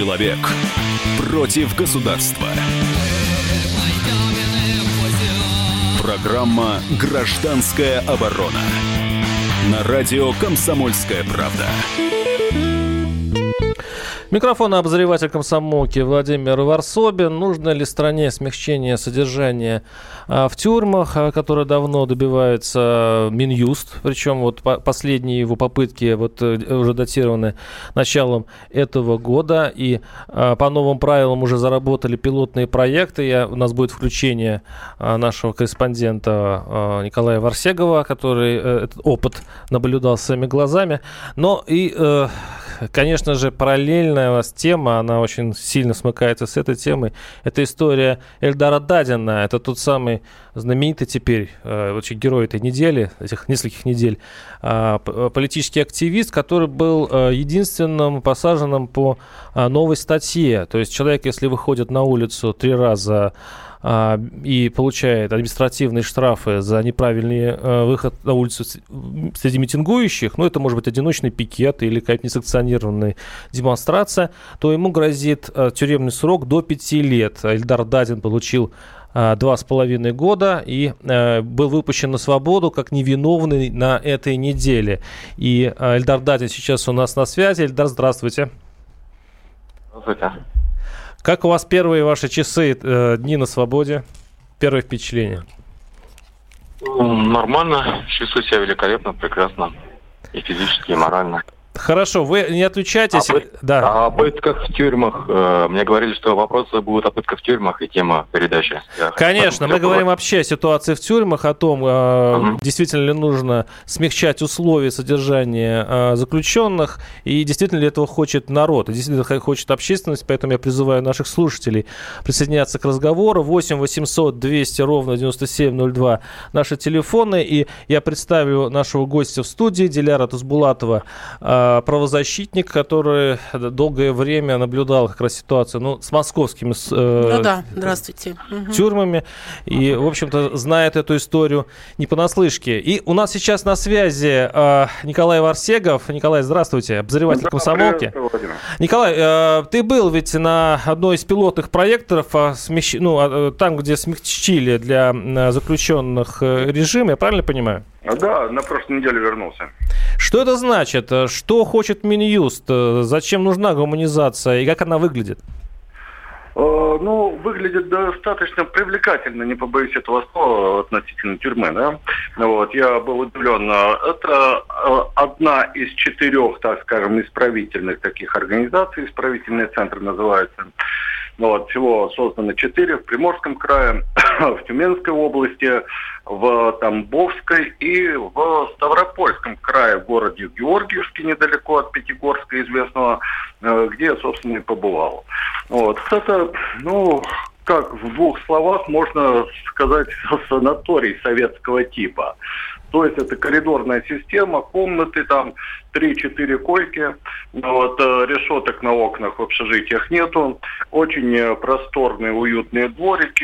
Человек против государства. Программа «Гражданская оборона» на радио «Комсомольская правда». Микрофон обозреватель комсомолки Владимир Варсобин. Нужно ли стране смягчение содержания в тюрьмах, которое давно добивается Минюст, причем вот последние его попытки уже датированы началом этого года, и по новым правилам уже заработали пилотные проекты. У нас будет включение нашего корреспондента Николая Варсегова, который этот опыт наблюдал своими глазами. Но и конечно же, параллельная у вас тема, она очень сильно смыкается с этой темой. Это история Эльдара Дадина. Это тот самый знаменитый теперь очень герой этой недели, этих нескольких недель, политический активист, который был единственным посаженным по новой статье. То есть человек, если выходит на улицу 3 раза и получает административные штрафы за неправильный выход на улицу среди митингующих, это может быть одиночный пикет или какая-то несанкционированная демонстрация, то ему грозит тюремный срок до 5 лет. Эльдар Дадин получил 2,5 года и был выпущен на свободу как невиновный на этой неделе. И Эльдар Дадин сейчас у нас на связи. Эльдар, здравствуйте. Здравствуйте. Как у вас первые ваши часы, дни на свободе? Первые впечатления? Нормально. Чувствую себя великолепно, прекрасно. И физически, и морально. Хорошо, вы не отключайтесь. О пытках в тюрьмах. Мне говорили, что вопросы будут о пытках в тюрьмах и тема передачи. Конечно, мы говорим вообще о ситуации в тюрьмах, о том, действительно ли нужно смягчать условия содержания заключенных, и действительно ли этого хочет народ, и действительно хочет общественность, поэтому я призываю наших слушателей присоединяться к разговору. 8 800 200 ровно 9702 наши телефоны, и я представлю нашего гостя в студии, Диляра Тасбулатова, правозащитник, который долгое время наблюдал как раз ситуацию с московскими здравствуйте. Тюрьмами и, в общем-то, знает эту историю не понаслышке. И у нас сейчас на связи Николай Варсегов. Николай, здравствуйте, обозреватель комсомолки. Николай, ты был ведь на одной из пилотных проектов, там, где смягчили для заключенных режим, я правильно понимаю? Да, на прошлой неделе вернулся. Что это значит? Что хочет Минюст? Зачем нужна гуманизация и как она выглядит? Выглядит достаточно привлекательно, не побоюсь этого слова, относительно тюрьмы, да. Я был удивлен. Это одна из 4, так скажем, исправительных таких организаций, исправительный центр называется. Всего создано 4 в Приморском крае, в Тюменской области, в Тамбовской и в Ставропольском крае, в городе Георгиевске, недалеко от Пятигорска известного, где я, собственно, и побывал. Это, как в 2 словах можно сказать, санаторий советского типа. То есть это коридорная система, комнаты, там 3-4 койки, решеток на окнах в общежитиях нету, очень просторные, уютные дворики,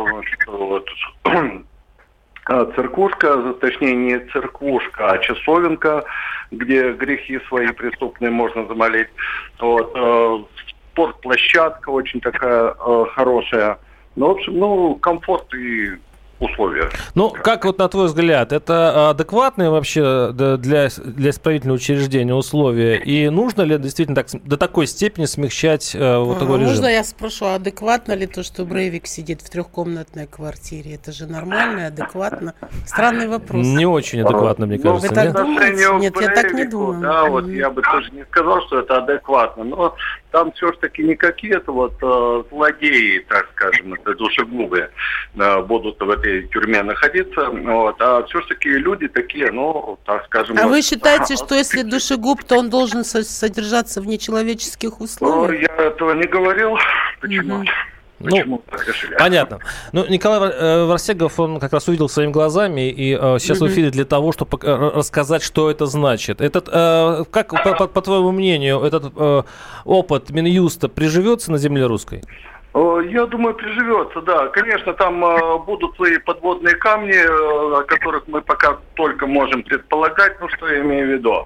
церквушка, точнее не церквушка, а часовенка, где грехи свои преступные можно замолить. Спортплощадка очень такая хорошая. Комфорт и условия. Как на твой взгляд, это адекватные вообще для исправительного учреждения условия? И нужно ли действительно до такой степени смягчать такой режим? Можно я спрошу, адекватно ли то, что Брейвик сидит в 3-комнатной квартире? Это же нормально, адекватно? Странный вопрос. Не очень адекватно, мне кажется. Вы так думаете? Нет, я так не думаю. Да, я бы тоже не сказал, что это адекватно, но там все-таки не какие-то злодеи, так скажем, это душегубы будут в этой тюрьме находиться, а все-таки люди такие, так скажем... А вы считаете, что если душегуб, то он должен содержаться в нечеловеческих условиях? Я этого не говорил. Почему? Почему так решили? Понятно. Николай Варсегов, он как раз увидел своими глазами и сейчас в эфире для того, чтобы рассказать, что это значит. Как, по твоему мнению, этот опыт Минюста приживется на земле русской? Я думаю, приживется, да. Конечно, там будут свои подводные камни, о которых мы пока только можем предполагать, что я имею в виду.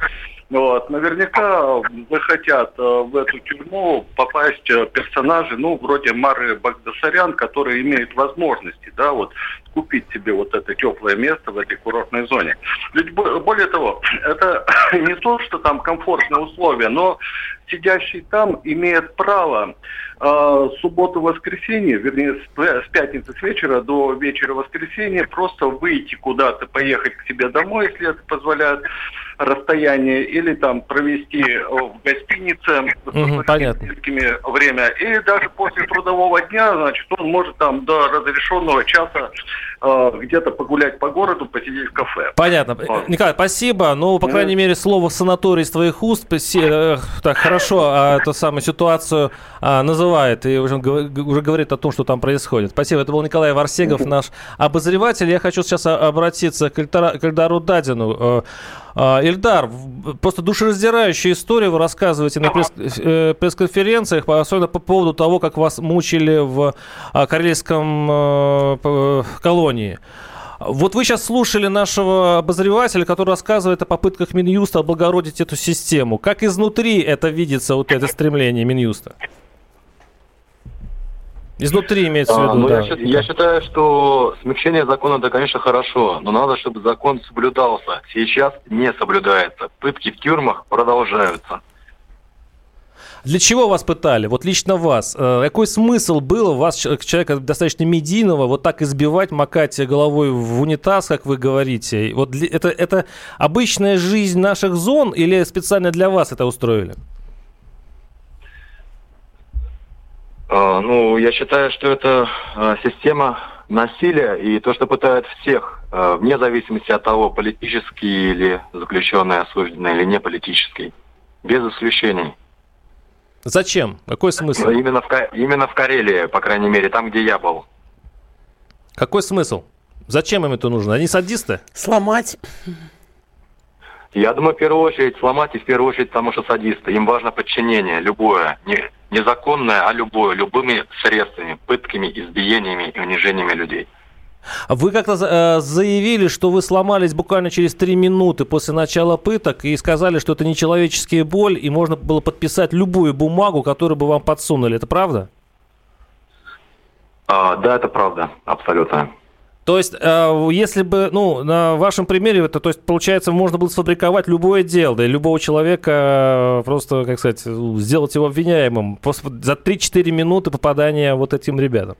Вот. Наверняка захотят в эту тюрьму попасть персонажи, вроде Мары Багдасарян, которые имеют возможности, купить себе вот это теплое место в этой курортной зоне. Ведь более того, это не то, что там комфортные условия, но сидящий там имеет право субботу-воскресенье, вернее, с пятницы с вечера до вечера воскресенья просто выйти куда-то, поехать к себе домой, если это позволяет расстояние, или там провести в гостинице с близкими время. И даже после трудового дня, значит, он может там до разрешенного часа где-то погулять по городу, посидеть в кафе. Понятно. Николай, спасибо. Ну, по крайней мере, слово «санаторий» из твоих уст так хорошо эту самую ситуацию называет и уже говорит о том, что там происходит. Спасибо. Это был Николай Варсегов, наш обозреватель. Я хочу сейчас обратиться к Ильдару Дадину. Ильдар, просто душераздирающая история вы рассказываете на пресс-конференциях, особенно по поводу того, как вас мучили в карельском колонии. Вот вы сейчас слушали нашего обозревателя, который рассказывает о попытках Минюста облагородить эту систему. Как изнутри это видится, вот это стремление Минюста? Изнутри имеется в виду, да. Я считаю, что смягчение закона, да, конечно, хорошо, но надо, чтобы закон соблюдался. Сейчас не соблюдается. Пытки в тюрьмах продолжаются. Для чего вас пытали? Вот лично вас. Какой смысл был вас, человека достаточно медийного, вот так избивать, макать головой в унитаз, как вы говорите? Вот это обычная жизнь наших зон или специально для вас это устроили? Я считаю, что это система насилия и то, что пытают всех, вне зависимости от того, политический или заключенный, осужденный или не политический, без исключений. Зачем? Какой смысл? Именно в Карелии, по крайней мере, там, где я был. Какой смысл? Зачем им это нужно? Они садисты? Сломать. Я думаю, в первую очередь сломать, и в первую очередь потому что садисты. Им важно подчинение, любое, не законное, а любое, любыми средствами, пытками, избиениями и унижениями людей. Вы как-то заявили, что вы сломались буквально через 3 минуты после начала пыток и сказали, что это нечеловеческая боль, и можно было подписать любую бумагу, которую бы вам подсунули. Это правда? Да, это правда, абсолютно. То есть, если бы, на вашем примере, то есть, получается, можно было сфабриковать любое дело, да, и любого человека просто, как сказать, сделать его обвиняемым за 3-4 минуты попадания вот этим ребятам.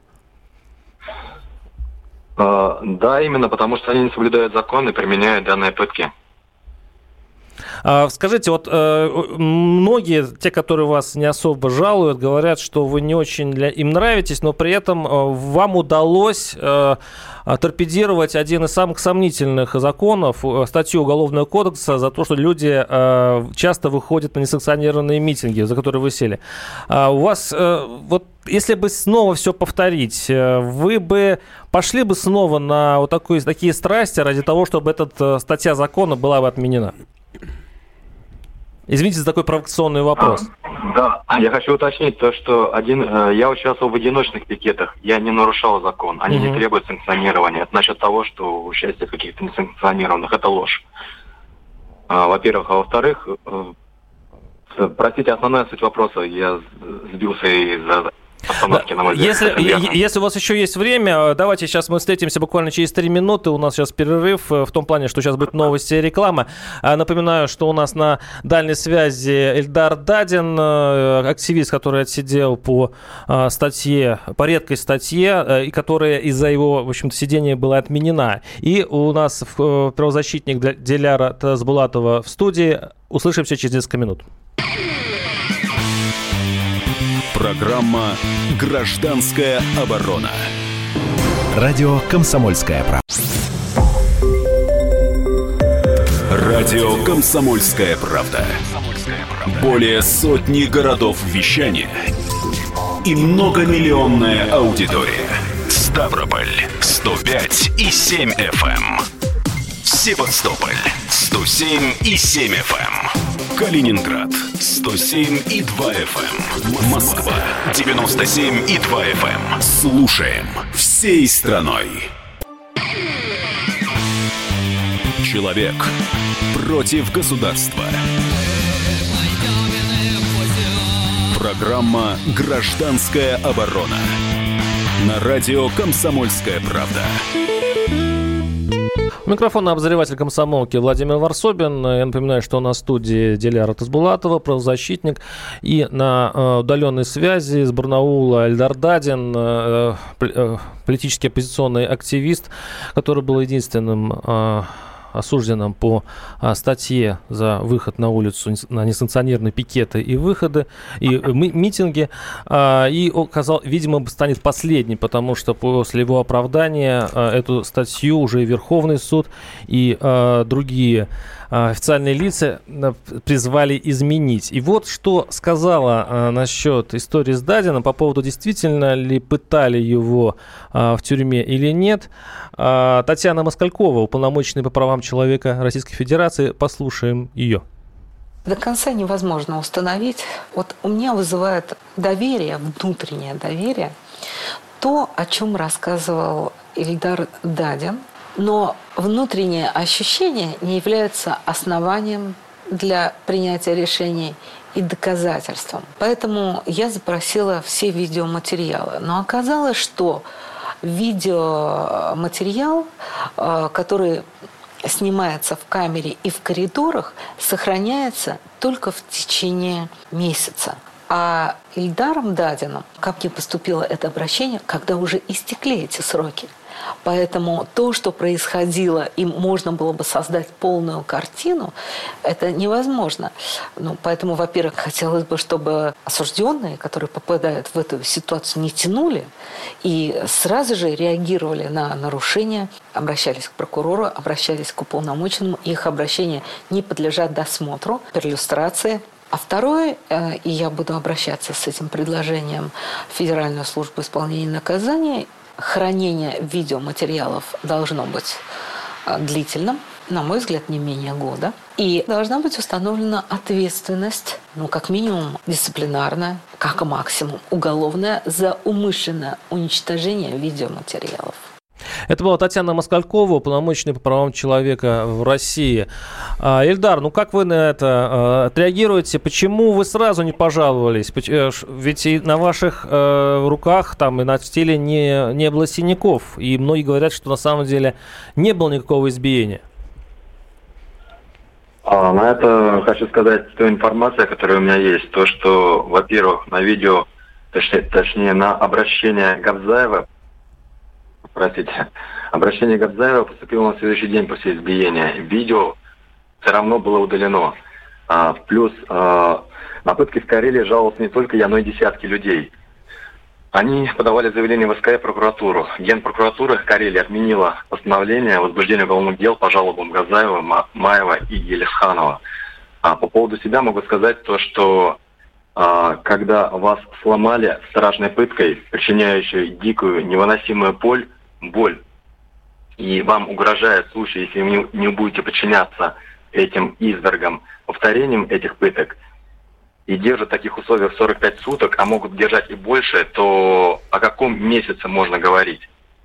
Да, именно, потому что они не соблюдают закон и применяют данные пытки. Скажите, вот многие, те, которые вас не особо жалуют, говорят, что вы не очень им нравитесь, но при этом вам удалось торпедировать один из самых сомнительных законов, статью Уголовного кодекса, за то, что люди часто выходят на несанкционированные митинги, за которые вы сели. У вас, вот если бы снова все повторить, вы бы пошли бы снова на вот такие страсти ради того, чтобы эта статья закона была бы отменена? Извините за такой провокационный вопрос. Да, я хочу уточнить то, что я участвовал в одиночных пикетах, я не нарушал закон, они не требуют санкционирования. Это насчет того, что участие в каких-то несанкционированных, это ложь. Во-первых, а во-вторых, простите, основная суть вопроса, я сбился из-за остановки, на мой взгляд. Если у вас еще есть время, давайте сейчас мы встретимся буквально через 3 минуты. У нас сейчас перерыв в том плане, что сейчас будет новости и реклама. Напоминаю, что у нас на дальней связи Ильдар Дадин, активист, который отсидел по редкой статье, и которая из-за его, в общем-то, сидения была отменена. И у нас правозащитник Диляра Тазбулатова в студии. Услышимся через несколько минут. Программа «Гражданская оборона». Радио «Комсомольская правда». Радио «Комсомольская правда». Более сотни городов вещания и многомиллионная аудитория. Ставрополь 105,7 FM. Севастополь 107,7 FM. Калининград 107,2 FM. Москва 97,2 FM. Слушаем всей страной. Человек против государства. Программа «Гражданская оборона». На радио «Комсомольская правда». Микрофон обозреватель комсомолки Владимир Варсобин. Я напоминаю, что у нас в студии Диляра Тасбулатова, правозащитник. И на удаленной связи из Барнаула Эльдар Дадин, политический оппозиционный активист, который был единственным осужденным по статье за выход на улицу на несанкционированные пикеты и выходы, и митинги. И, видимо, станет последним, потому что после его оправдания эту статью уже и Верховный суд, и другие официальные лица призвали изменить. И вот что сказала насчет истории с Дадином по поводу, действительно ли пытали его в тюрьме или нет, Татьяна Москалькова, уполномоченная по правам человека Российской Федерации. Послушаем ее. До конца невозможно установить. Вот у меня вызывает доверие, внутреннее доверие, то, о чем рассказывал Эльдар Дадин. Но внутреннее ощущение не является основанием для принятия решений и доказательством. Поэтому я запросила все видеоматериалы. Но оказалось, что видеоматериал, который снимается в камере и в коридорах, сохраняется только в течение месяца. А Эльдаром Дадином ко мне поступило это обращение, когда уже истекли эти сроки. Поэтому то, что происходило, и можно было бы создать полную картину, это невозможно. Поэтому, во-первых, хотелось бы, чтобы осужденные, которые попадают в эту ситуацию, не тянули и сразу же реагировали на нарушения, обращались к прокурору, обращались к уполномоченному. Их обращения не подлежат досмотру, перлюстрации. А второе, и я буду обращаться с этим предложением в Федеральную службу исполнения наказания, хранение видеоматериалов должно быть длительным, на мой взгляд, не менее года. И должна быть установлена ответственность, как минимум дисциплинарная, как максимум уголовная, за умышленное уничтожение видеоматериалов. Это была Татьяна Москалькова, уполномоченная по правам человека в России. Эльдар, как вы на это отреагируете? Почему вы сразу не пожаловались? Ведь и на ваших руках и на теле не было синяков. И многие говорят, что на самом деле не было никакого избиения. На это хочу сказать ту информацию, которая у меня есть. То, что, во-первых, на видео, точнее на обращение Габзаева, обращение Габзаева поступило на следующий день после избиения. Видео все равно было удалено. Плюс на пытки в Карелии жаловался не только я, но и десятки людей. Они подавали заявление в СК и прокуратуру. Генпрокуратура Карелии отменила постановление о возбуждении уголовных дел по жалобам Газаева, Маева и Елисханова. По поводу себя могу сказать то, что когда вас сломали страшной пыткой, причиняющей дикую невыносимую боль, и вам угрожает случай, если вы не будете подчиняться этим извергам, повторением этих пыток, и держат в таких условиях 45 суток, а могут держать и больше, то о каком месяце можно говорить?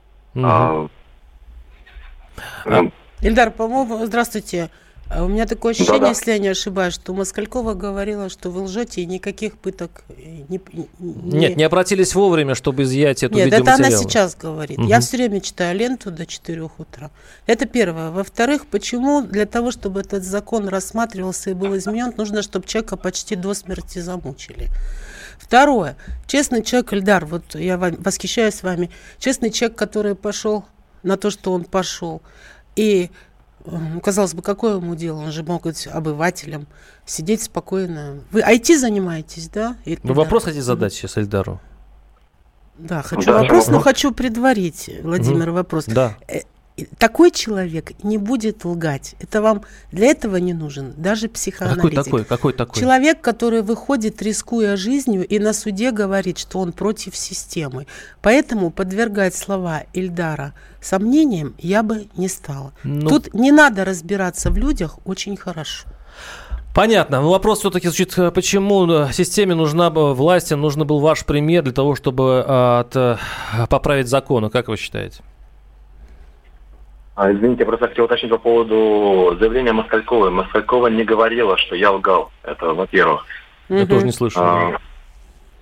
Ильдар, по-моему, здравствуйте. У меня такое ощущение, если я не ошибаюсь, что Москалькова говорила, что вы лжете, и никаких пыток... Нет, не обратились вовремя, чтобы изъять эту видеоматериал. Нет, это она сейчас говорит. Я все время читаю ленту до 4 утра. Это первое. Во-вторых, почему для того, чтобы этот закон рассматривался и был изменен, нужно, чтобы человека почти до смерти замучили? Второе. Честный человек, Ильдар, я восхищаюсь вами, честный человек, который пошел на то, что он пошел, и... казалось бы, какое ему дело? Он же мог быть обывателем, сидеть спокойно. Вы IT занимаетесь, да? Вы вопрос хотите задать сейчас Эльдару? Да, хочу вопрос, но хочу предварить, Владимир, вопрос. Да. Такой человек не будет лгать. Это вам для этого не нужен даже психоаналитик. Какой такой? Человек, который выходит, рискуя жизнью, и на суде говорит, что он против системы. Поэтому подвергать слова Ильдара сомнениям я бы не стала. Тут не надо разбираться в людях очень хорошо. Понятно. Но вопрос все-таки звучит, почему системе власти нужен был ваш пример для того, чтобы поправить законы, как вы считаете? Извините, я просто хотел уточнить по поводу заявления Москальковой. Москалькова не говорила, что я лгал. Это во-первых. Я тоже не слышал.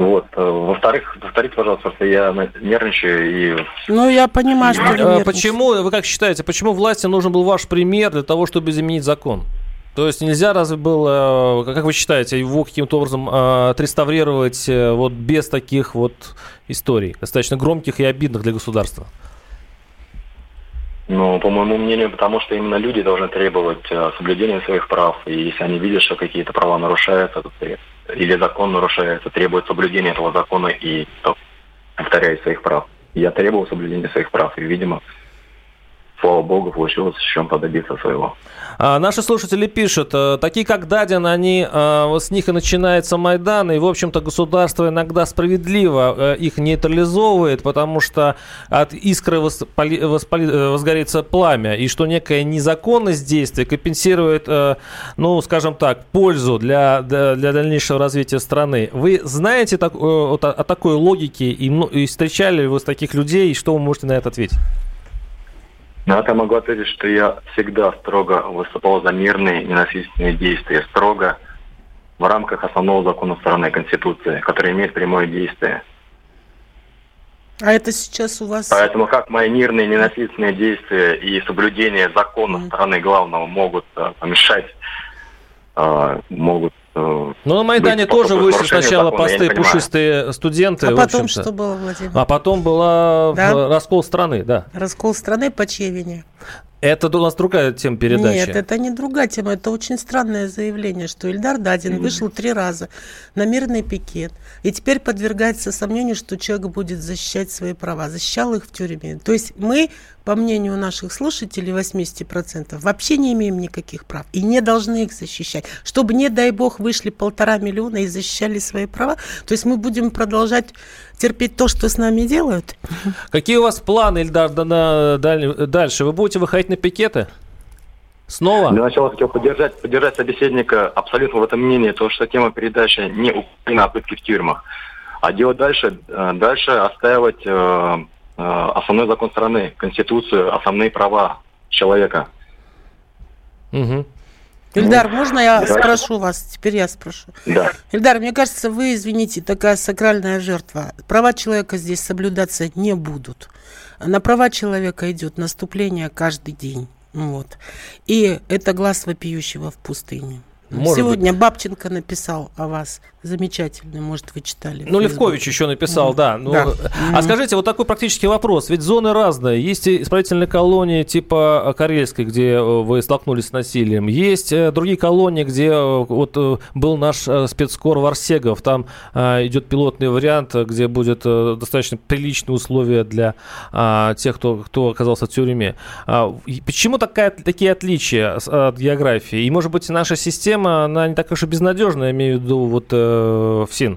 Вот. Во-вторых, повторите, пожалуйста, просто я нервничаю и... Ну, я понимаю, что вы нервничаете. Почему, вы как считаете, почему власти нужен был ваш пример для того, чтобы изменить закон? То есть нельзя разве было, как вы считаете, его каким-то образом отреставрировать вот без таких вот историй, достаточно громких и обидных для государства? Ну, по моему мнению, потому что именно люди должны требовать соблюдения своих прав. И если они видят, что какие-то права нарушаются, или закон нарушается, требуют соблюдения этого закона и повторяют своих прав. Я требовал соблюдения своих прав, и, видимо, слава богу, получилось в чем-то добиться своего. Наши слушатели пишут, такие как Дадин, они, вот с них и начинается Майдан, и, в общем-то, государство иногда справедливо их нейтрализовывает, потому что от искры возгорится пламя, и что некая незаконность действия компенсирует, ну, скажем так, пользу для дальнейшего развития страны. Вы знаете о такой логике, и встречали ли вы с таких людей, и что вы можете на это ответить? На это могу ответить, что я всегда строго выступал за мирные, ненасильственные действия, строго в рамках основного закона страны, Конституции, который имеет прямое действие. А это сейчас у вас... Поэтому как мои мирные, ненасильственные действия и соблюдение закона страны главного могут помешать, могут... Ну, на Майдане тоже вышли сначала посты пушистые студенты. А потом что было, Владимир? А потом был раскол страны, да. Раскол страны по чьей вине? Это у нас другая тема передачи. Нет, это не другая тема. Это очень странное заявление, что Ильдар Дадин вышел 3 раза на мирный пикет и теперь подвергается сомнению, что человек будет защищать свои права. Защищал их в тюрьме. То есть мы, по мнению наших слушателей, 80%, вообще не имеем никаких прав и не должны их защищать. Чтобы, не дай бог, вышли 1,5 миллиона и защищали свои права. То есть мы будем продолжать терпеть то, что с нами делают. Какие у вас планы, Ильдар, дальше? Вы будете выходить на пикеты? Снова? Для начала хотел поддержать собеседника абсолютно в этом мнении, то, что тема передачи не Украина, а пытки в тюрьмах. А делать дальше отстаивать основной закон страны, Конституцию, основные права человека. Угу. Ильдар, можно я спрошу вас? Теперь я спрошу. Да. Ильдар, мне кажется, вы, извините, такая сакральная жертва. Права человека здесь соблюдаться не будут. На права человека идет наступление каждый день. Вот. И это глаз вопиющего в пустыне. Сегодня Бабченко написал о вас. Замечательный, может, вы читали. Ну, Левкович еще написал, да. А скажите, вот такой практический вопрос. Ведь зоны разные. Есть исправительные колонии типа Карельской, где вы столкнулись с насилием. Есть другие колонии, где вот был наш спецкор Варсегов. Там идет пилотный вариант, где будет достаточно приличные условия для тех, кто оказался в тюрьме. Почему такие отличия от географии? И, может быть, наша система, она не так уж и безнадежная, я имею в виду вот ФСИН?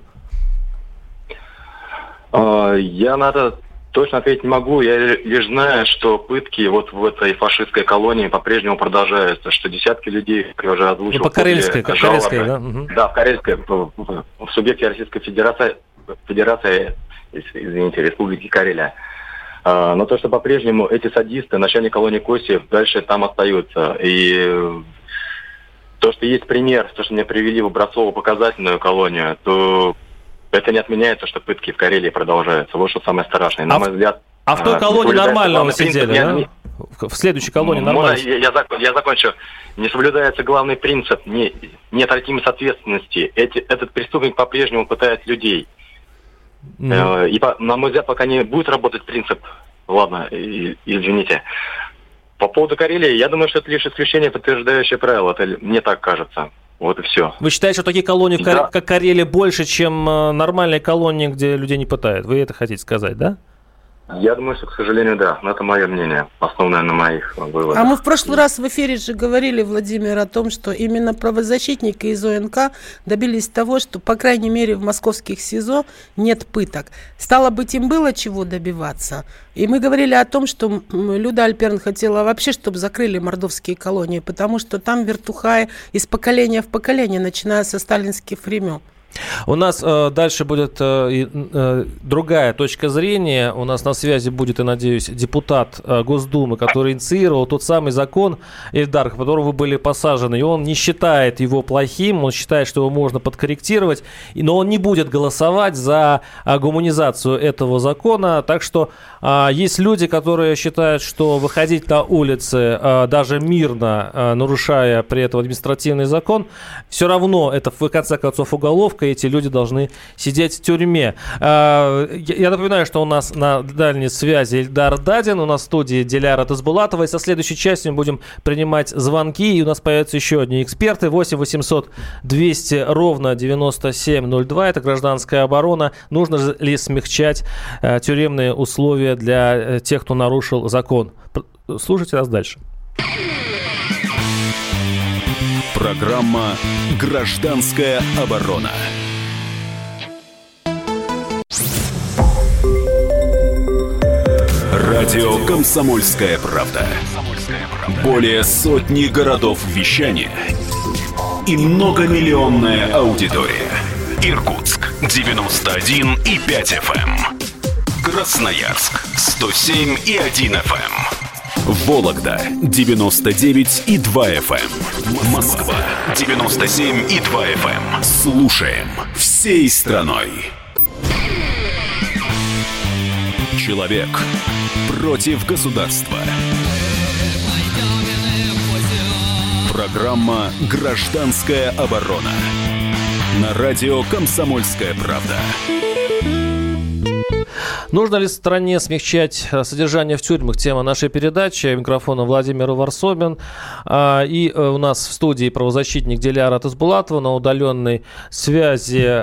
Я на это точно ответить не могу. Я лишь знаю, что пытки вот в этой фашистской колонии по-прежнему продолжаются, что десятки людей, как я уже озвучил, по Карельской, да? Да, в Карельской, в субъекте Российской Федерации, извините, Республики Карелия. Но то, что по-прежнему эти садисты, начальник колонии Косиев, дальше там остаются. И то, что есть пример, то, что меня привели в образцово-показательную колонию, то это не отменяет то, что пытки в Карелии продолжаются. Вот что самое страшное. На мой взгляд... А в той колонии нормально вы сидели, да? В следующей колонии нормально? Я закончу. Не соблюдается главный принцип неотвратимости ответственности. Этот преступник по-прежнему пытает людей. И, на мой взгляд, пока не будет работать принцип... Ладно, извините. По поводу Карелии, я думаю, что это лишь исключение, подтверждающее правило. Это мне так кажется. Вот и все. Вы считаете, что такие колонии, как Карелия, больше, чем нормальные колонии, где людей не пытают? Вы это хотите сказать, да? Я думаю, что, к сожалению, да. Но это мое мнение, основанное на моих выводах. А мы в прошлый раз в эфире же говорили, Владимир, о том, что именно правозащитники из ОНК добились того, что, по крайней мере, в московских СИЗО нет пыток. Стало быть, им было чего добиваться. И мы говорили о том, что Люда Альперн хотела вообще, чтобы закрыли мордовские колонии, потому что там вертухаи из поколения в поколение, начиная со сталинских времен. У нас дальше будет другая точка зрения. У нас на связи будет, я надеюсь, депутат Госдумы, который инициировал тот самый закон, Ильдар, в котором вы были посажены. И он не считает его плохим, он считает, что его можно подкорректировать, но он не будет голосовать за гуманизацию этого закона. Так что есть люди, которые считают, что выходить на улицы даже мирно, нарушая при этом административный закон, все равно это в конце концов уголовка, и эти люди должны сидеть в тюрьме. Я напоминаю, что у нас на дальней связи Ильдар Дадин, у нас в студии Диляра Тасбулатова, и со следующей частью мы будем принимать звонки, и у нас появятся еще одни эксперты. 8 800 200 ровно 9702, это гражданская оборона. Нужно ли смягчать тюремные условия для тех, кто нарушил закон? Слушайте нас дальше. Программа «Гражданская оборона». Радио «Комсомольская правда». Более сотни городов вещания и многомиллионная аудитория. Иркутск 91,5 FM. Красноярск 107,1 FM. Вологда 99,2 FM. Москва 97,2 FM. Слушаем всей страной. Человек против государства. Программа «Гражданская оборона». На радио «Комсомольская правда». Нужно ли стране смягчать содержание в тюрьмах? Тема нашей передачи. Микрофона Владимир Варсобин. И у нас в студии правозащитник Диляра Тасбулатова, на удаленной связи.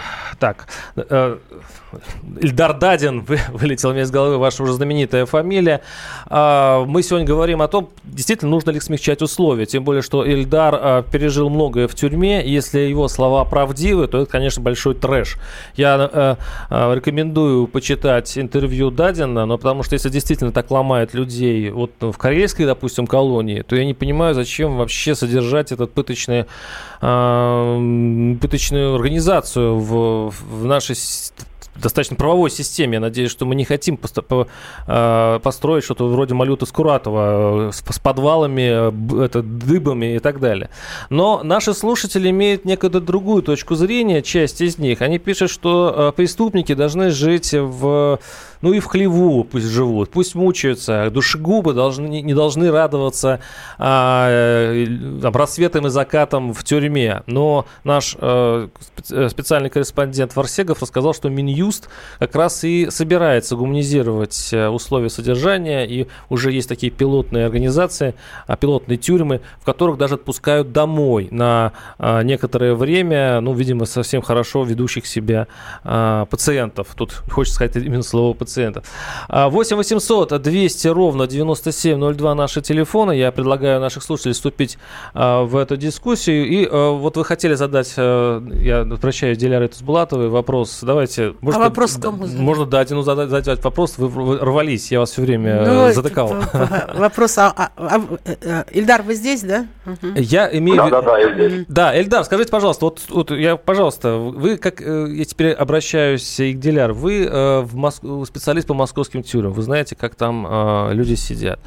Ильдар Дадин, вылетел мне из головы ваша уже знаменитая фамилия. Мы сегодня говорим о том, действительно, нужно ли смягчать условия. Тем более, что Ильдар пережил многое в тюрьме. Если его слова правдивы, то это, конечно, большой трэш. Я рекомендую почитать интервью Дадина, но потому что если действительно так ломает людей вот в карельской, допустим, колонии, то я не понимаю, зачем вообще содержать эту пыточную организацию в нашей достаточно правовой системе. Я надеюсь, что мы не хотим построить что-то вроде Малюты Скуратова с подвалами, дыбами и так далее. Но наши слушатели имеют некую другую точку зрения, часть из них. Они пишут, что преступники должны жить и в хлеву пусть живут, пусть мучаются. Душегубы не должны радоваться рассветам и закатам в тюрьме. Но наш специальный корреспондент Варсегов рассказал, что Минюст как раз и собирается гуманизировать условия содержания, и уже есть такие пилотные организации, пилотные тюрьмы, в которых даже отпускают домой на некоторое время, видимо, совсем хорошо ведущих себя пациентов. Тут хочется сказать именно слово пациентов. 8 800 200 ровно 9702 наши телефоны. Я предлагаю наших слушателей вступить в эту дискуссию. И вот вы хотели задать, я обращаюсь к Диляре Тасбулатовой, вопрос. Давайте. Вопрос кому задать? Можно Дадину задать вопрос. Вы рвались, я вас все время затыкал. Вопрос. Ильдар, вы здесь, да? Я имею... Да, я здесь. Да, Ильдар, скажите, пожалуйста, вы, как я теперь обращаюсь и к Диляру, вы специалист по московским тюрьмам, вы знаете, как там люди сидят.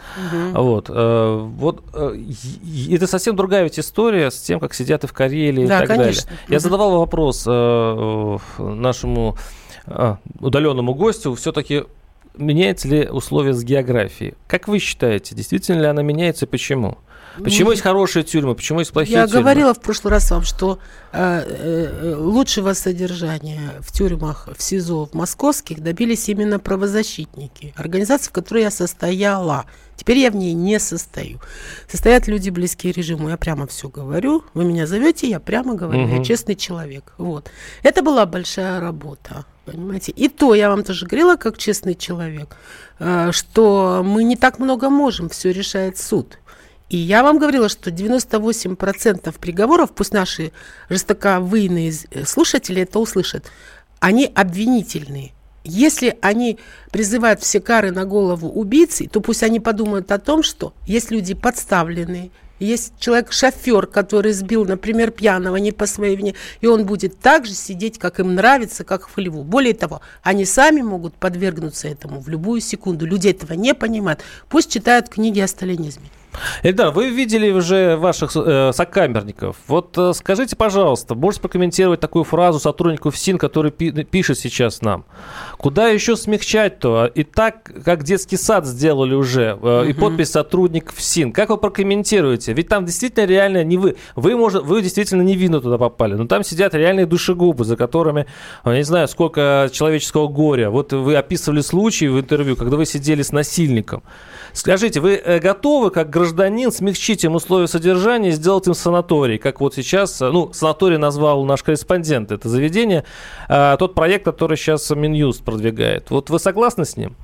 Это совсем другая ведь история с тем, как сидят и в Карелии, и так конечно. далее. Я задавал вопрос нашему удаленному гостю, все-таки меняются ли условия с географией? Как вы считаете, действительно ли она меняется и почему? Почему есть хорошие тюрьмы, почему есть плохие тюрьмы? Я говорила в прошлый раз вам, что лучшего содержания в тюрьмах, в СИЗО, в московских добились именно правозащитники. Организация, в которой я состояла. Теперь я в ней не состою. Состоят люди, близкие режиму. Я прямо все говорю. Вы меня зовете, я прямо говорю. Я честный человек. Это была большая работа. Понимаете? И то я вам тоже говорила, как честный человек, что мы не так много можем. Все решает суд. И я вам говорила, что 98% приговоров, пусть наши жестоковыйные слушатели это услышат, они обвинительные. Если они призывают все кары на голову убийцы, то пусть они подумают о том, что есть люди подставленные, Есть человек-шофер, который сбил, например, пьяного не по своей вине, и он будет так же сидеть, как им нравится, как в хлеву. Более того, они сами могут подвергнуться этому в любую секунду. Люди этого не понимают. Пусть читают книги о сталинизме. Эльдар, вы видели уже ваших сокамерников. Вот скажите, пожалуйста, можете прокомментировать такую фразу сотруднику ФСИН, который пишет сейчас нам? Куда еще смягчать-то? И так, как детский сад сделали уже, и подпись сотрудник ФСИН. Как вы прокомментируете? Ведь там действительно реально не вы. Вы действительно невинно туда попали. Но там сидят реальные душегубы, за которыми, я не знаю, сколько человеческого горя. Вот вы описывали случай в интервью, когда вы сидели с насильником. Скажите, вы готовы, как гражданин, смягчить им условия содержания и сделать им санаторий, как вот сейчас, санаторий назвал наш корреспондент, это заведение, тот проект, который сейчас Минюст продвигает. Вот вы согласны с ним?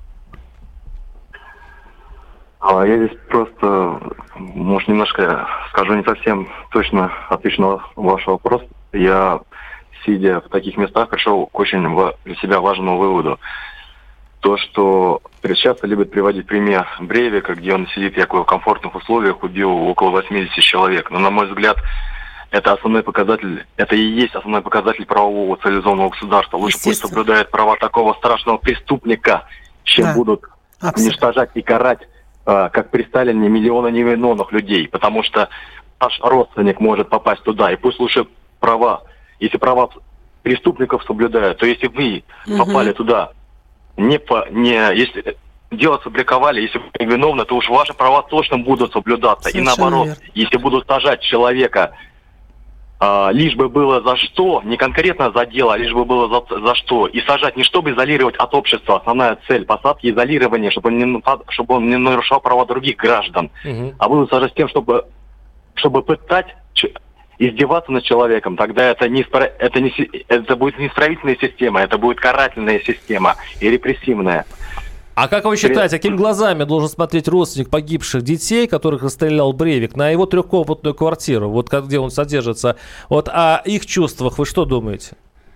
Я здесь просто, может, немножко скажу не совсем точно отвечу на ваш вопрос. Я, сидя в таких местах, пришел к очень для себя важному выводу. То, что часто любят приводить пример Брейвика, где он сидит в комфортных условиях, убил около 80 человек. Но, на мой взгляд, это основной показатель, это и есть основной показатель правового цивилизованного государства. Лучше пусть соблюдает права такого страшного преступника, чем будут уничтожать и карать, как при Сталине, миллионы невиновных людей. Потому что наш родственник может попасть туда. И пусть лучше права, если права преступников соблюдают, то если вы попали туда, если дело сфабриковали, если вы виновны, то уж ваши права точно будут соблюдаться. Совершенно и наоборот, верно. Если будут сажать человека, лишь бы было за что, не конкретно за дело, а лишь бы было за что. И сажать не чтобы изолировать от общества, основная цель посадки изолирования, чтобы он не нарушал права других граждан. А будут сажать с тем, чтобы пытать, издеваться над человеком, тогда это будет не исправительная система, это будет карательная система и репрессивная. А как вы считаете, какими глазами должен смотреть родственник погибших детей, которых расстрелял Брейвик, на его трехкомнатную квартиру, вот где он содержится? Вот о их чувствах вы что думаете?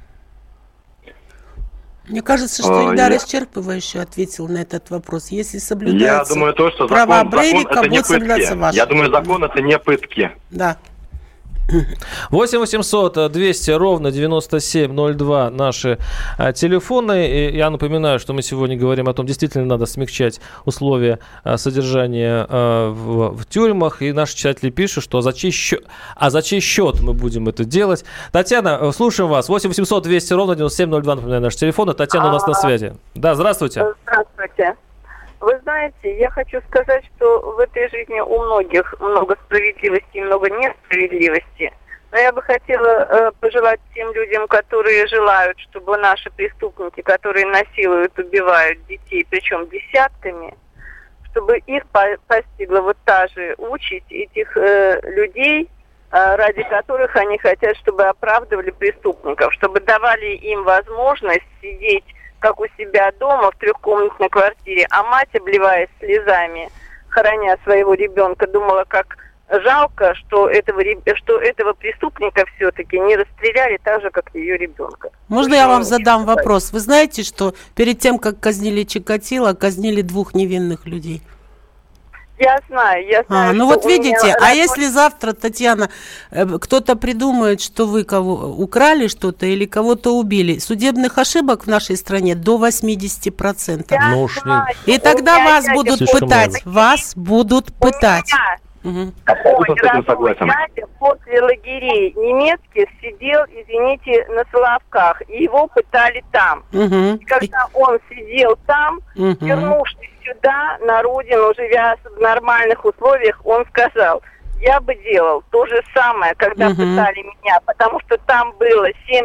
Мне кажется, что Эльдар исчерпывающе ответил на этот вопрос. Если соблюдаются права Брейвика, будет соблюдаться ваши. Я думаю, закон это не пытки. Да. 8 800 200 ровно 9702 наши телефоны. И я напоминаю, что мы сегодня говорим о том, действительно надо смягчать условия содержания в тюрьмах. И наши читатели пишут, что за чей счет мы будем это делать. Татьяна, слушаем вас. 8 800 200 ровно 9702, напоминаю, наши телефоны. Татьяна у нас на связи. Да, здравствуйте. Здравствуйте. Вы знаете, я хочу сказать, что в этой жизни у многих много справедливости и много несправедливости. Но я бы хотела пожелать тем людям, которые желают, чтобы наши преступники, которые насилуют, убивают детей, причем десятками, чтобы их постигла вот та же участь этих людей, ради которых они хотят, чтобы оправдывали преступников, чтобы давали им возможность сидеть как у себя дома в трехкомнатной квартире, а мать, обливаясь слезами, хороня своего ребенка, думала, как жалко, что этого преступника все-таки не расстреляли так же, как ее ребенка. Можно я вам задам вопрос? Вы знаете, что перед тем, как казнили Чикатило, казнили 2 невинных людей? Я знаю. Ну вот видите, если завтра, Татьяна, кто-то придумает, что вы украли что-то или кого-то убили, судебных ошибок в нашей стране до 80%. И тогда вас будут пытать. Вас будут пытать. Мой родной дядя после лагерей немецких сидел, извините, на Соловках, и его пытали там. И когда он сидел там, вернувшись сюда, на родину, живя в нормальных условиях, он сказал: я бы делал то же самое, когда пытали меня, потому что там было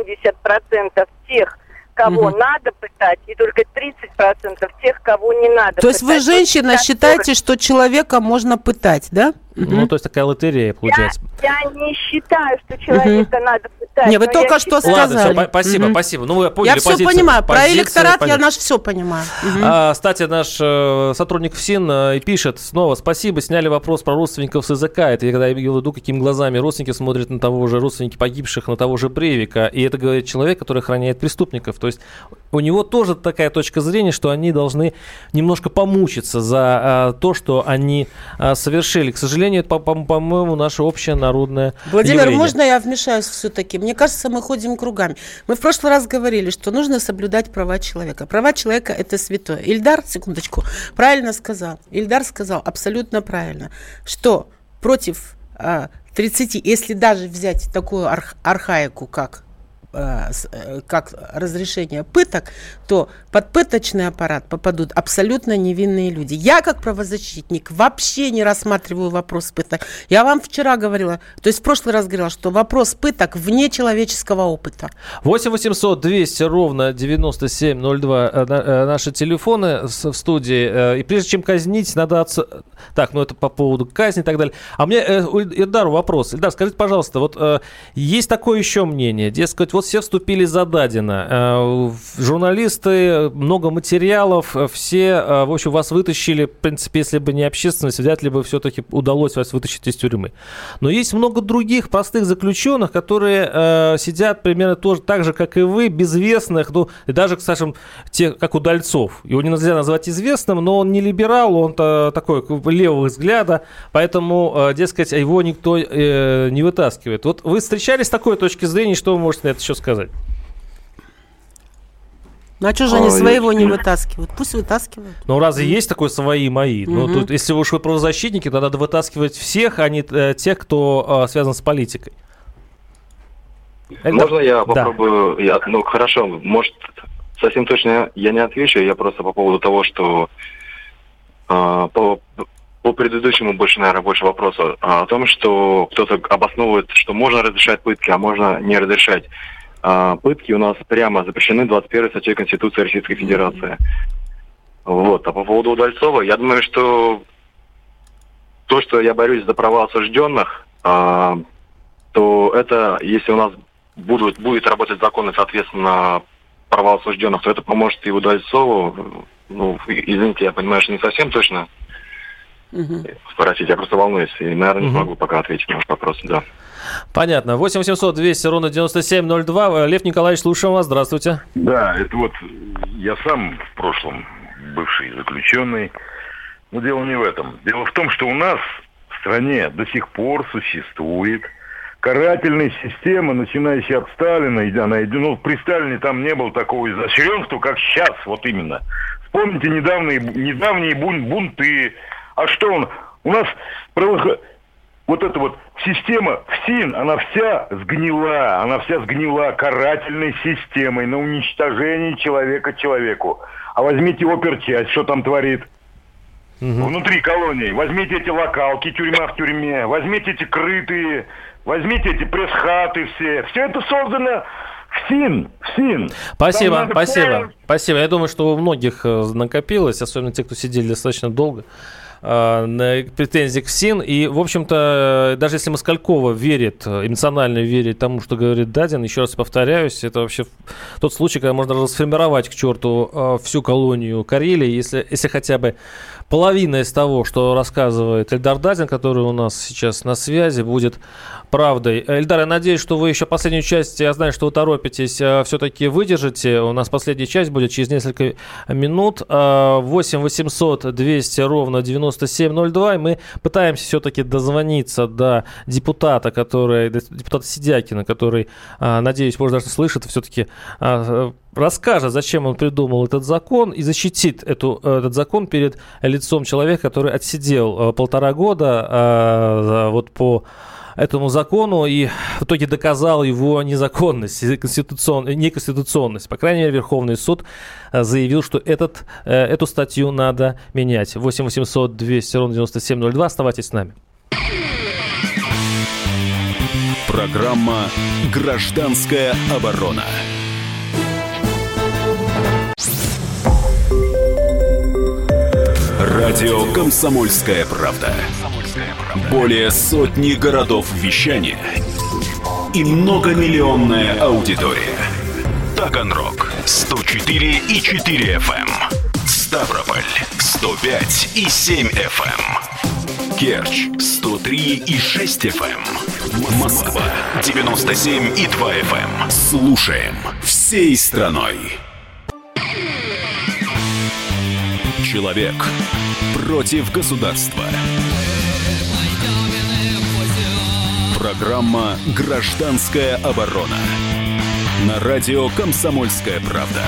70% тех, кого надо пытать, и только 30% тех, кого не надо пытать. То есть вы, женщина, считаете, что человека можно пытать, да? Ну, то есть такая лотерея получается. Я не считаю, что человека надо пытать. Не, вы только что сказали. Ладно, все, спасибо. Ну, вы поняли я все понимаю. Про электорат я все понимаю. Кстати, наш сотрудник ФСИН пишет снова: спасибо, сняли вопрос про родственников с языка. Это я когда имел в виду, какими глазами родственники смотрят на того же родственники погибших, на того же Брейвика. И это говорит человек, который охраняет преступников. То То есть у него тоже такая точка зрения, что они должны немножко помучиться за то, что они совершили. К сожалению, это, по-моему, наше общее народное Владимир, явление. можно я вмешаюсь все-таки? Мне кажется, мы ходим кругами. Мы в прошлый раз говорили, что нужно соблюдать права человека. Права человека – это святое. Ильдар, секундочку, правильно сказал. Ильдар сказал абсолютно правильно, что против 30, если даже взять такую архаику, как разрешение пыток, то под пыточный аппарат попадут абсолютно невинные люди. Я, как правозащитник, вообще не рассматриваю вопрос пыток. Я вам вчера говорила, то есть в прошлый раз говорила, что вопрос пыток вне человеческого опыта. 8 800 200 ровно 9702 наши телефоны в студии. И прежде чем казнить, надо... Так, ну это по поводу казни и так далее. А у меня Ильдару вопрос. Ильдар, скажите, пожалуйста, вот есть такое еще мнение, дескать, вот все вступили за Дадина. Журналисты, много материалов, все, в общем, вас вытащили. В принципе, если бы не общественность, вряд ли бы все-таки удалось вас вытащить из тюрьмы. Но есть много других простых заключенных, которые сидят примерно тоже так же, как и вы, безвестных, ну, и даже, скажем, те, как Удальцов. Его нельзя назвать известным, но он не либерал, он такой левого взгляда, поэтому, дескать, его никто не вытаскивает. Вот вы встречались с такой точки зрения, что вы можете на это еще сказать? Ну а что же они своего не вытаскивают? Пусть вытаскивают. Ну разве есть такое свои и мои? Ну, тут, если вы уж правозащитники, то надо вытаскивать всех, а не тех, кто связан с политикой. Можно я попробую? Да. Ну хорошо, может, совсем точно я не отвечу, я просто по поводу того, что по предыдущему больше вопросу о том, что кто-то обосновывает, что можно разрешать пытки, а можно не разрешать. Пытки у нас прямо запрещены 21 статьей Конституции Российской Федерации. Вот. А по поводу Удальцова, я думаю, что то, что я борюсь за права осужденных, то это, если у нас будет работать закон и, соответственно, права осужденных, то это поможет и Удальцову. Ну, извините, я понимаю, что не совсем точно. Простите, я просто волнуюсь и, наверное, не смогу пока ответить на ваш вопрос, да. Понятно. 8 800 200 ровно 9702. Лев Николаевич, слушаем вас. Здравствуйте. Да, это вот я сам в прошлом бывший заключенный. Но дело не в этом. Дело в том, что у нас в стране до сих пор существует карательная система, начинающая от Сталина. Ну, при Сталине там не было такого изощренства, как сейчас, вот именно. Вспомните недавние бунты. А что у нас вот эта вот система ФСИН, она вся сгнила карательной системой на уничтожение человека человеку. А возьмите оперчасть, что там творит внутри колонии. Возьмите эти локалки, тюрьма в тюрьме, возьмите эти крытые, возьмите эти пресс-хаты все. Все это создано ФСИН. Спасибо. Я думаю, что у многих накопилось, особенно те, кто сидели достаточно долго, претензий к ФСИН. И, в общем-то, даже если Москалькова эмоционально верит тому, что говорит Дадин, еще раз повторяюсь, это вообще тот случай, когда можно расформировать к черту всю колонию Карелии, если хотя бы половина из того, что рассказывает Эльдар Дадин, который у нас сейчас на связи, будет правдой. Эльдар, я надеюсь, что вы еще последнюю часть, я знаю, что вы торопитесь, все-таки выдержите. У нас последняя часть будет через несколько минут. 8 800 200 ровно 9702. И мы пытаемся все-таки дозвониться до депутата Сидякина, который, надеюсь, может, даже слышит, все-таки расскажет, зачем он придумал этот закон, и защитит этот закон перед лицом человека, который отсидел 1,5 года вот по этому закону и в итоге доказал его незаконность, неконституционность. По крайней мере, Верховный суд заявил, что эту статью надо менять. 8 800 200 ровно 9702. Оставайтесь с нами. Программа «Гражданская оборона». Радио «Комсомольская правда». Более сотни городов вещания и многомиллионная аудитория. Таганрог 104,4 FM, Ставрополь 105,7 FM, Керчь 103,6 FM, Москва 97,2 FM. Слушаем всей страной. Человек против государства. Программа «Гражданская оборона». На радио «Комсомольская правда».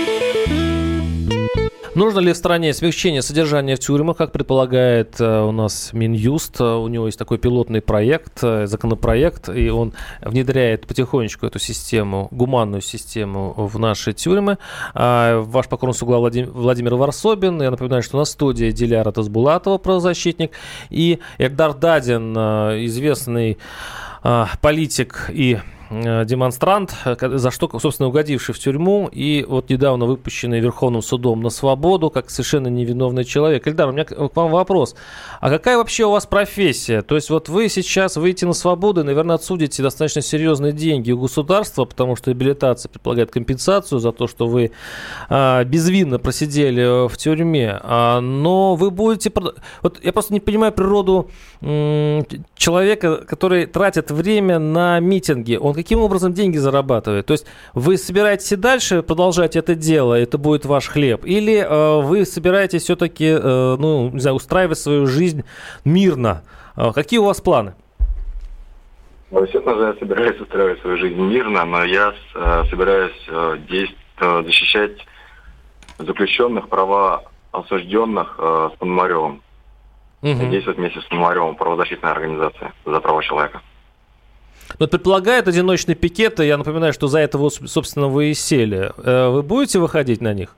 Нужно ли в стране смягчение содержания в тюрьмах, как предполагает у нас Минюст? У него есть такой пилотный проект, законопроект, и он внедряет потихонечку эту систему, гуманную систему в наши тюрьмы. Ваш покорный слуга Владимир Варсобин. Я напоминаю, что на студии Диляра Тасбулатова, правозащитник, и Эльдар Дадин, известный политик и демонстрант, за что, собственно, угодивший в тюрьму и вот недавно выпущенный Верховным судом на свободу, как совершенно невиновный человек. Эльдар, у меня к вам вопрос. А какая вообще у вас профессия? То есть вот вы сейчас выйдете на свободу и, наверное, отсудите достаточно серьезные деньги у государства, потому что реабилитация предполагает компенсацию за то, что вы безвинно просидели в тюрьме. Но вы будете... Вот я просто не понимаю природу человека, который тратит время на митинги. Он каким образом деньги зарабатывает? То есть вы собираетесь и дальше продолжать это дело, это будет ваш хлеб? Или вы собираетесь все-таки, не знаю, устраивать свою жизнь мирно? Какие у вас планы? Естественно, я собираюсь устраивать свою жизнь мирно, но я собираюсь защищать заключенных, права осужденных с Пономаревым. Действовать вместе с Пономаревым, правозащитная организация за права человека. Но предполагает одиночные пикеты, я напоминаю, что за это, собственно, вы и сели. Вы будете выходить на них?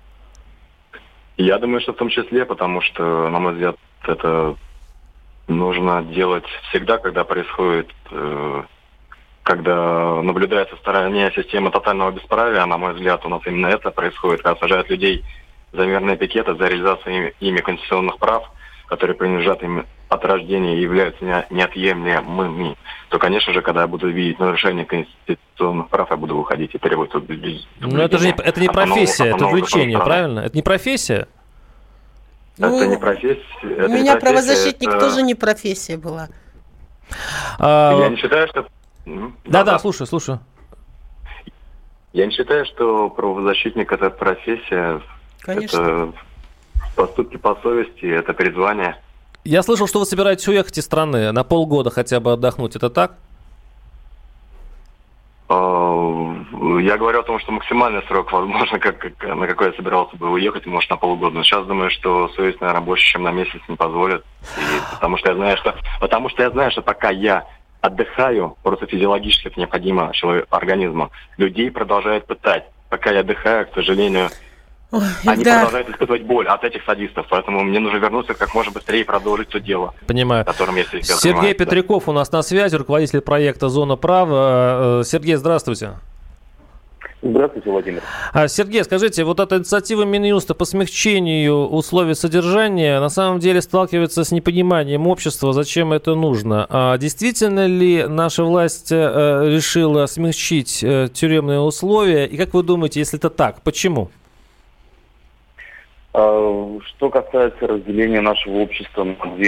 Я думаю, что в том числе, потому что, на мой взгляд, это нужно делать всегда, когда происходит, когда наблюдается в стороне система тотального бесправия. На мой взгляд, у нас именно это происходит, когда сажают людей за мирные пикеты, за реализацию ими конституционных прав, которые принадлежат им от рождения и являются неотъемлемыми, то, конечно же, когда я буду видеть нарушение конституционных прав, я буду выходить и требовать соблюдения. Но это не профессия, это увлечение, правильно? Это не профессия? Это не профессия. У меня правозащитник тоже не профессия была. Я не считаю, что... Да, слушаю. Я не считаю, что правозащитник – это профессия. Конечно. Это поступки по совести, это призвание. Я слышал, что вы собираетесь уехать из страны на полгода хотя бы отдохнуть. Это так? Я говорю о том, что максимальный срок, возможно, на какой я собирался бы уехать, может, на полгода. Но сейчас думаю, что совесть, наверное, больше, чем на месяц не позволит. Потому что я знаю, что пока я отдыхаю, просто физиологически это необходимо организму, людей продолжают пытать. Пока я отдыхаю, к сожалению... Они продолжают испытывать боль от этих садистов, поэтому мне нужно вернуться как можно быстрее и продолжить то дело. Понимаю. Которым я сейчас Сергей занимаюсь. Петряков у нас на связи, руководитель проекта «Зона права». Сергей, здравствуйте. Здравствуйте, Владимир. Сергей, скажите, вот эта инициатива Минюста по смягчению условий содержания на самом деле сталкивается с непониманием общества, зачем это нужно. А действительно ли наша власть решила смягчить тюремные условия? И как вы думаете, если это так, почему? Что касается разделения нашего общества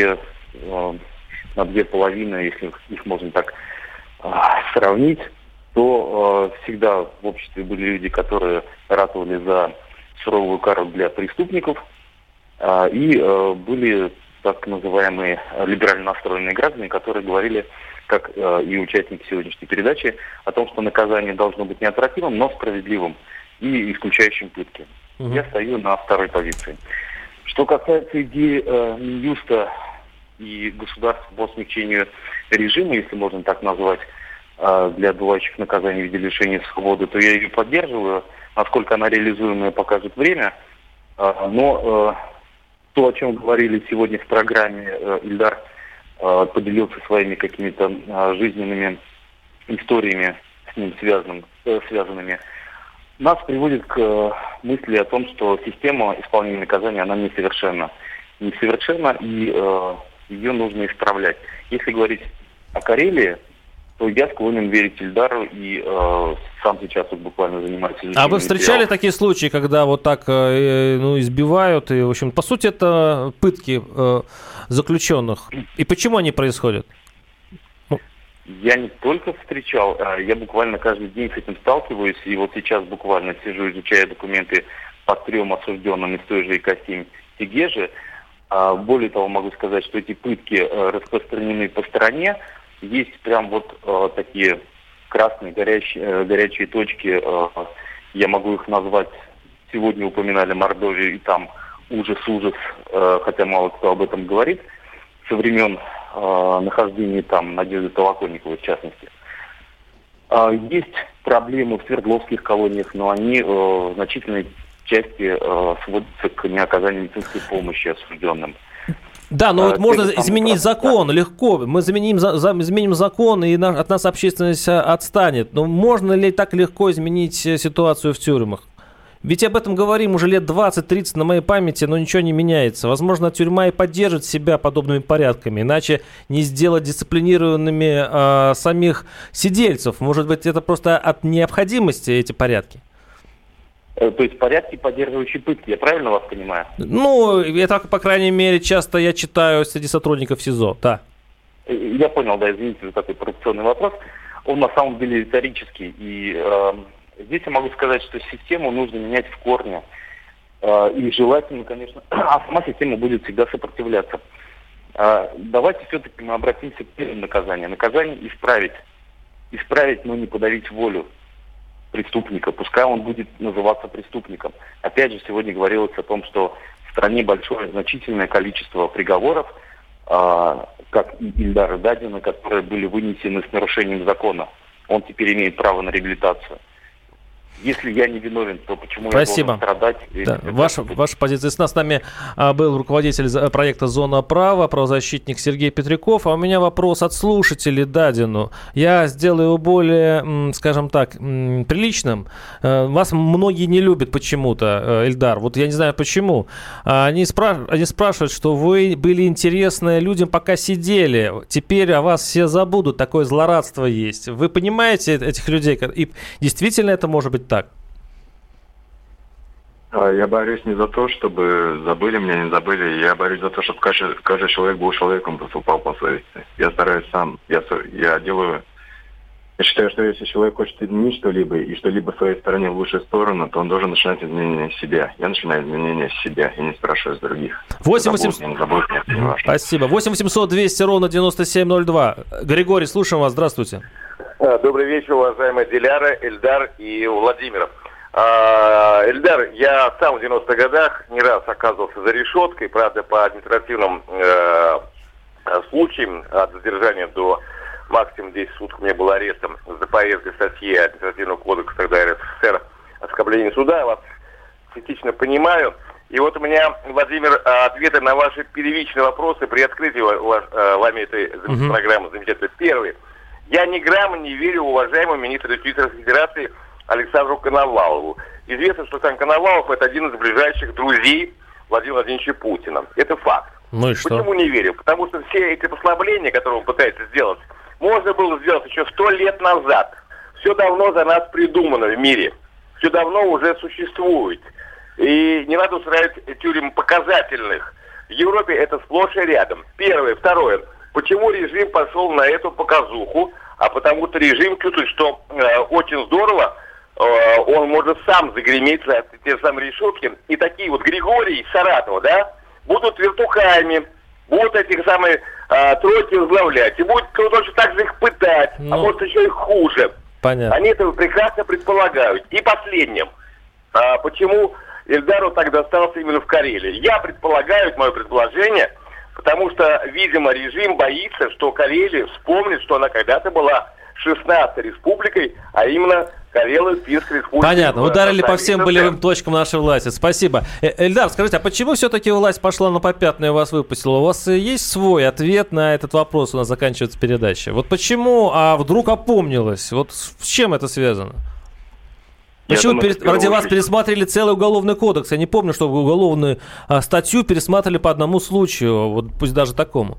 на две половины, если их можно так сравнить, то всегда в обществе были люди, которые ратовали за суровую кару для преступников, и были так называемые либерально настроенные граждане, которые говорили, как и участники сегодняшней передачи, о том, что наказание должно быть неотвратимым, но справедливым и исключающим пытки. Я стою на второй позиции. Что касается идеи Минюста и государства по смягчению режима, если можно так назвать, для отбывающих наказаний в виде лишения свободы, то я ее поддерживаю. Насколько она реализуемая, покажет время. Но то, о чем говорили сегодня в программе, Ильдар поделился своими какими-то жизненными историями с ним связанными, нас приводит к мысли о том, что система исполнения наказания, она несовершенна. И ее нужно исправлять. Если говорить о Карелии, то я склонен верить Ильдару и сам сейчас вот буквально занимаюсь изучением. А вы встречали такие случаи, когда вот так избивают? И, в общем, по сути, это пытки заключенных. И почему они происходят? Я не только встречал, я буквально каждый день с этим сталкиваюсь. И вот сейчас буквально сижу, изучая документы по 3 осужденным из той же ИК-7 Тегежи. Более того, могу сказать, что эти пытки распространены по стране. Есть прям вот такие красные горячие точки. Я могу их назвать. Сегодня упоминали Мордовию, и там ужас, хотя мало кто об этом говорит, со времен нахождения там Надежды Толоконниковой в частности. Есть проблемы в Свердловских колониях, но они в значительной части сводятся к неоказанию медицинской помощи осужденным. Да, но вот можно изменить закон легко. Мы изменим закон, и от нас общественность отстанет. Но можно ли так легко изменить ситуацию в тюрьмах? Ведь об этом говорим уже лет 20-30 на моей памяти, но ничего не меняется. Возможно, тюрьма и поддержит себя подобными порядками, иначе не сделать дисциплинированными самих сидельцев. Может быть, это просто от необходимости эти порядки? То есть порядки, поддерживающие пытки, я правильно вас понимаю? Ну, это, по крайней мере, часто я читаю среди сотрудников СИЗО, да. Я понял, да, извините за такой коррупционный вопрос. Он на самом деле риторический, и здесь я могу сказать, что систему нужно менять в корне. И желательно, конечно, а сама система будет всегда сопротивляться. Давайте все-таки мы обратимся к первому наказанию. Наказание исправить, но не подавить волю преступника, пускай он будет называться преступником. Опять же, сегодня говорилось о том, что в стране большое, значительное количество приговоров, как и Ильдара Дадина, которые были вынесены с нарушением закона. Он теперь имеет право на реабилитацию. Если я не виновен, то почему Спасибо. Я должен страдать? Да. Ваша позиция. С нами был руководитель проекта «Зона права», правозащитник Сергей Петряков. А у меня вопрос от слушателей Дадину. Я сделаю его более, скажем так, приличным. Вас многие не любят почему-то, Ильдар. Вот я не знаю почему. Они спрашивают, что вы были интересны людям, пока сидели. Теперь о вас все забудут. Такое злорадство есть. Вы понимаете этих людей? И действительно это может быть так? Я борюсь не за то, чтобы забыли меня, не забыли. Я борюсь за то, чтобы каждый человек был человеком, поступал по совести. Я стараюсь сам. Я считаю, что если человек хочет изменить что-либо и что-либо в своей стороне в лучшую сторону, то он должен начинать изменения себя. Я начинаю изменения с себя и не спрашиваю с других. 8-800... Спасибо. 8-800-200-97-02. Григорий, слушаем вас. Здравствуйте. Добрый вечер, уважаемые Диляра, Эльдар и Владимир. Эльдар, я сам в 90-х годах не раз оказывался за решеткой, правда, по административным случаям от задержания до максимум 10 суток у меня был арестом за поездкой статьи административного кодекса тогда РСФСР «Оскорбление суда». Я вас частично понимаю. И вот у меня, Владимир, ответы на ваши первичные вопросы при открытии вами этой программы замечательной. Первый. Я ни грамма не верю уважаемому министру юстиции Федерации Александру Коновалову. Известно, что Александр Коновалов – это один из ближайших друзей Владимира Владимировича Путина. Это факт. Ну и что? Почему не верю? Потому что все эти послабления, которые он пытается сделать, можно было сделать еще 100 лет назад. Все давно за нас придумано в мире. Все давно уже существует. И не надо устраивать тюрем показательных. В Европе это сплошь и рядом. Первое. Второе. Почему режим пошел на эту показуху? А потому что режим чувствует, что очень здорово он может сам загреметь за те самые решетки. И такие вот Григорий из Саратова, да, будут вертухаями, будут этих самых тройки возглавлять. И будет точно так же их пытать, а может еще и хуже. Понятно. Они это прекрасно предполагают. И последним. Почему Эльдару так достался именно в Карелии? Я предполагаю, это мое предположение, потому что, видимо, режим боится, что Карелия вспомнит, что она когда-то была 16-й республикой, а именно Карело-Финской республикой. Понятно. Ударили по всем болевым точкам нашей власти. Спасибо. Эльдар, скажите, а почему все-таки власть пошла на попятную и вас выпустила? У вас есть свой ответ на этот вопрос? У нас заканчивается передача. Вот почему, вдруг опомнилась? Вот с чем это связано? Почему ради вас пересмотрели целый уголовный кодекс? Я не помню, что уголовную статью пересматривали по одному случаю, вот пусть даже такому.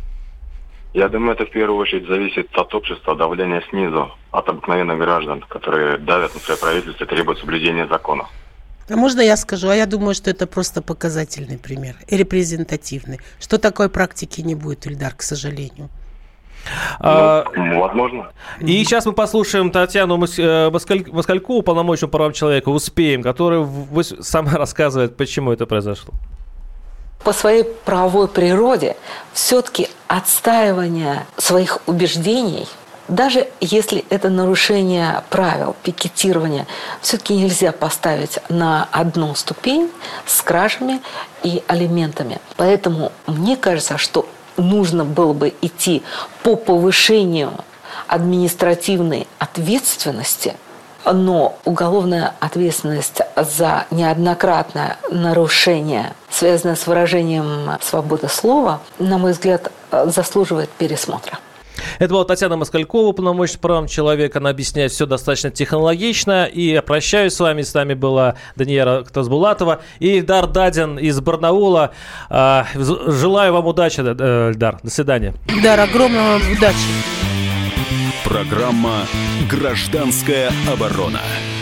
Я думаю, это в первую очередь зависит от общества, давления снизу, от обыкновенных граждан, которые давят на свое правительство и требуют соблюдения закона. А можно я скажу? А я думаю, что это просто показательный пример и репрезентативный. Что такой практики не будет, Ильдар, к сожалению. Возможно. И сейчас мы послушаем Татьяну Москалькову, полномочную по правам человека, успеем, которая сама рассказывает, почему это произошло. По своей правовой природе все-таки отстаивание своих убеждений, даже если это нарушение правил пикетирования, все-таки нельзя поставить на одну ступень с кражами и алиментами. Поэтому мне кажется, что нужно было бы идти по повышению административной ответственности, но уголовная ответственность за неоднократное нарушение, связанное с выражением свободы слова, на мой взгляд, заслуживает пересмотра. Это была Татьяна Москалькова, полномочный по правам человека. Она объясняет все достаточно технологично. И я прощаюсь с вами. С нами была Даниэла Тасбулатова и Ильдар Дадин из Барнаула. Желаю вам удачи, Ильдар. До свидания. Ильдар, огромного удачи. Программа «Гражданская оборона».